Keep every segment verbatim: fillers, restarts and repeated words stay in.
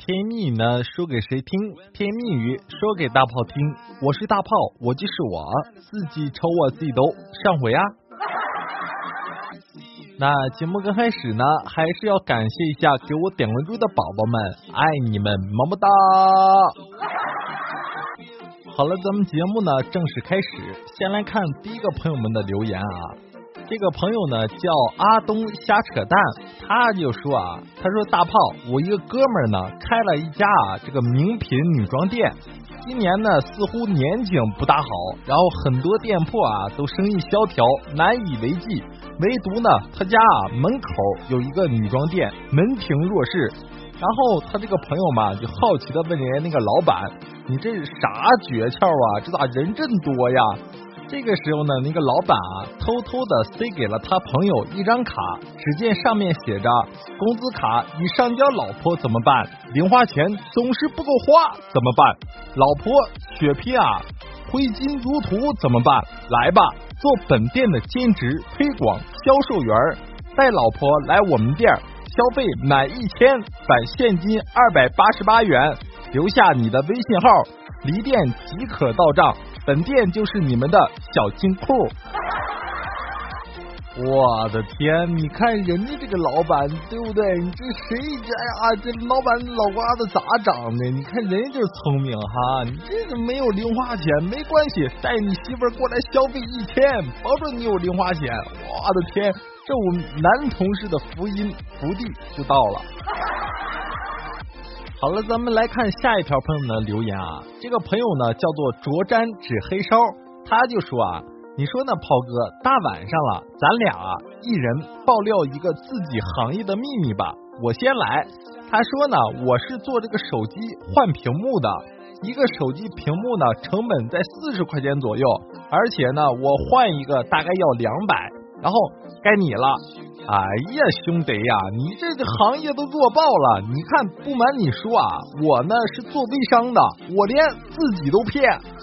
甜蜜呢说给谁听？甜蜜语说给大炮听。我是大炮，我就是我，自己瞅我自己都上回啊。那节目刚开始呢，还是要感谢一下给我点关注的宝宝们，爱你们，么么哒。好了，咱们节目呢正式开始，先来看第一个朋友们的留言啊。这个朋友呢叫阿东瞎扯淡，他就说啊，他说大炮，我一个哥们儿呢开了一家啊这个名品女装店，今年呢似乎年景不大好，然后很多店铺啊都生意萧条，难以为继，唯独呢他家啊门口有一个女装店，门庭若市。然后他这个朋友嘛就好奇的问人家那个老板，你这是啥诀窍啊？这咋人真多呀？这个时候呢，那个老板啊，偷偷的塞给了他朋友一张卡，只见上面写着：工资卡已上交老婆怎么办？零花钱总是不够花怎么办？老婆血拼啊，挥金如土怎么办？来吧，做本店的兼职推广销售员，带老婆来我们店，消费满一千返现金二百八十八元，留下你的微信号，离店即可到账。本店就是你们的小金库。我的天，你看人家这个老板对不对？你这谁家呀？这老板脑瓜子咋长的？你看人家就是聪明哈，你这个没有零花钱没关系，带你媳妇儿过来消费一天，保准你有零花钱。我的天，这我们男同事的福音福地就到了。好了，咱们来看下一条朋友们的留言啊。这个朋友呢叫做卓瞻指黑烧，他就说啊，你说呢炮哥，大晚上了，咱俩啊一人爆料一个自己行业的秘密吧。我先来。他说呢，我是做这个手机换屏幕的，一个手机屏幕呢成本在四十块钱左右，而且呢我换一个大概要两百，然后该你了。哎呀，兄弟呀，你这个行业都做爆了！你看，不瞒你说啊，我呢是做微商的，我连自己都骗。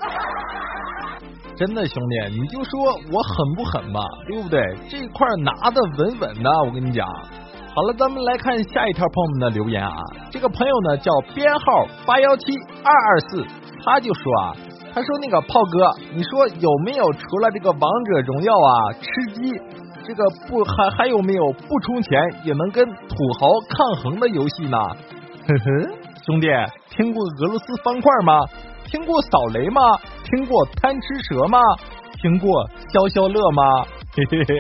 真的兄弟，你就说我狠不狠吧，对不对？这块拿的稳稳的，我跟你讲。好了，咱们来看下一条朋友们的留言啊。这个朋友呢叫编号八幺七二二四，他就说啊，他说那个炮哥，你说有没有除了这个王者荣耀啊、吃鸡？这个不还还有没有不充钱也能跟土豪抗衡的游戏呢？呵呵，兄弟，听过俄罗斯方块吗？听过扫雷吗？听过贪吃蛇吗？听过消消乐吗？嘿嘿嘿。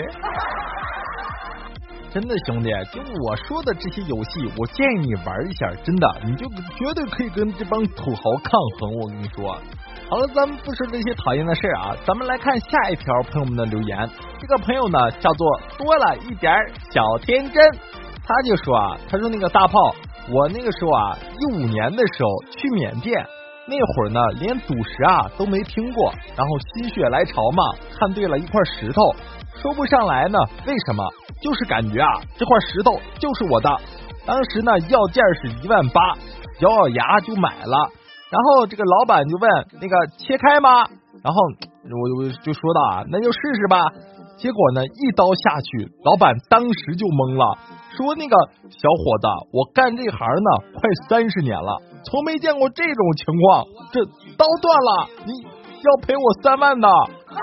真的兄弟，就我说的这些游戏，我建议你玩一下，真的，你就绝对可以跟这帮土豪抗衡。我跟你说。好了，咱们不说这些讨厌的事啊，咱们来看下一条朋友们的留言。这个朋友呢叫做多了一点小天真，他就说啊，他说那个大炮，我那个时候啊一五年的时候去缅甸，那会儿呢连赌石啊都没听过，然后心血来潮嘛，看对了一块石头，说不上来呢为什么，就是感觉啊这块石头就是我的，当时呢要价是一万八，咬咬牙就买了。然后这个老板就问那个切开吗？然后我我就说到啊，那就试试吧。结果呢一刀下去，老板当时就懵了，说那个小伙子，我干这行呢快三十年了，从没见过这种情况，这刀断了，你要赔我三万的。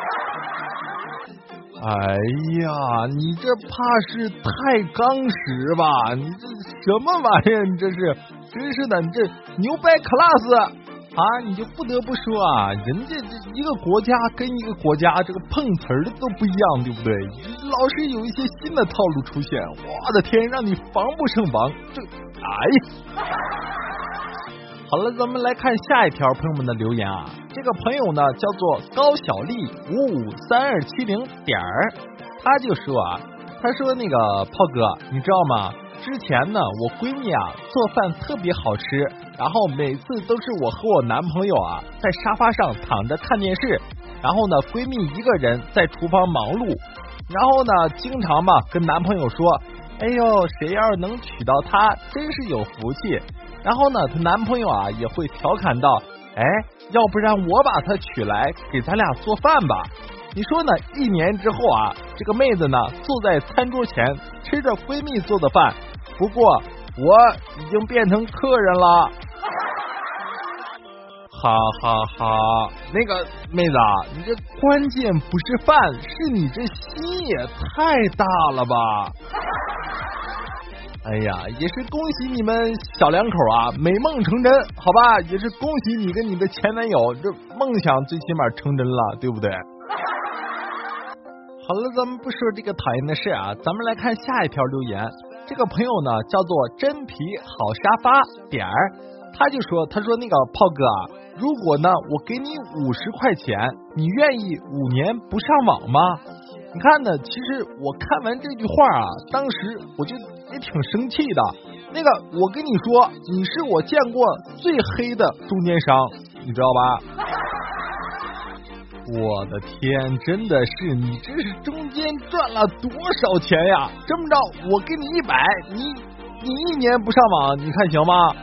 哎呀，你这怕是太刚实吧？你这什么玩意儿？你这是，真是的，你这牛掰 class 啊！你就不得不说啊，人家这一个国家跟一个国家这个碰瓷儿的都不一样，对不对？老是有一些新的套路出现，我的天，让你防不胜防。这，哎呀！好了，咱们来看下一条朋友们的留言啊。这个朋友呢叫做高小丽五五三二七零点儿，他就说啊，他说那个炮哥，你知道吗？之前呢，我闺蜜啊做饭特别好吃，然后每次都是我和我男朋友啊在沙发上躺着看电视，然后呢闺蜜一个人在厨房忙碌，然后呢经常嘛跟男朋友说，哎呦，谁要是能娶到她，真是有福气。然后呢她男朋友啊也会调侃到，哎，要不然我把她娶来给咱俩做饭吧。你说呢？一年之后啊，这个妹子呢坐在餐桌前吃着闺蜜做的饭，不过我已经变成客人了。哈哈哈，那个妹子，你这关键不是饭，是你这心也太大了吧！哎呀，也是恭喜你们小两口啊，美梦成真，好吧？也是恭喜你跟你的前男友，这梦想最起码成真了，对不对？好了，咱们不说这个讨厌的事啊，咱们来看下一条留言。这个朋友呢叫做真皮好沙发点儿，他就说，他说那个炮哥啊，如果呢我给你五十块钱，你愿意五年不上网吗？你看呢，其实我看完这句话啊，当时我就也挺生气的。那个，我跟你说，你是我见过最黑的中间商，你知道吧？我的天，真的是你这是中间赚了多少钱呀？这么着，我给你一百，你你一年不上网，你看行吗？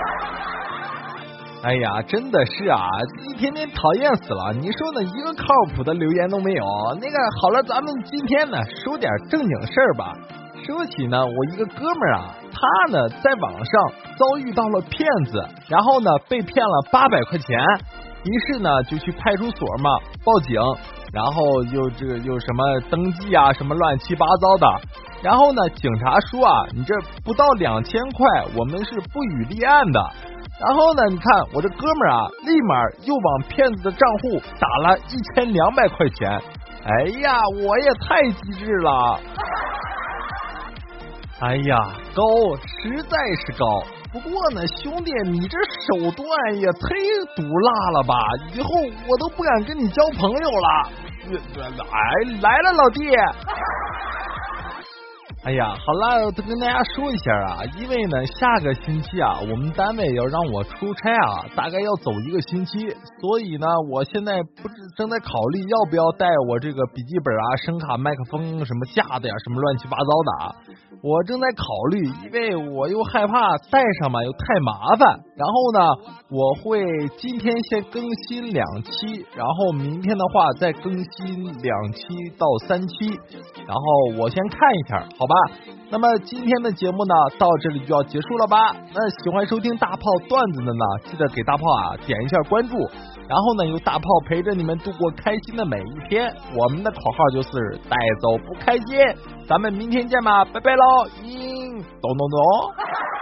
哎呀，真的是啊，一天天讨厌死了。你说呢？一个靠谱的留言都没有。那个好了，咱们今天呢说点正经事儿吧。说起呢，我一个哥们儿啊，他呢在网上遭遇到了骗子，然后呢被骗了八百块钱，于是呢就去派出所嘛报警，然后又这个又什么登记啊，什么乱七八糟的。然后呢，警察说啊，你这不到两千块，我们是不予立案的。然后呢，你看我这哥们儿啊，立马又往骗子的账户打了一千两百块钱。哎呀，我也太机智了！哎呀，高，实在是高。不过呢，兄弟，你这手段也忒毒辣了吧！以后我都不敢跟你交朋友了。哎，来了，老弟。哎呀，好了，我跟大家说一下啊，因为呢，下个星期啊，我们单位要让我出差啊，大概要走一个星期，所以呢，我现在不是正在考虑要不要带我这个笔记本啊、声卡、麦克风什么架的呀，什么乱七八糟的啊，我正在考虑，因为我又害怕带上嘛又太麻烦，然后呢，我会今天先更新两期，然后明天的话再更新两期到三期，然后我先看一下，好吧？那么今天的节目呢，到这里就要结束了吧？那喜欢收听大炮段子的呢，记得给大炮啊点一下关注，然后呢，由大炮陪着你们度过开心的每一天。我们的口号就是带走不开心，咱们明天见吧，拜拜喽！咚咚咚。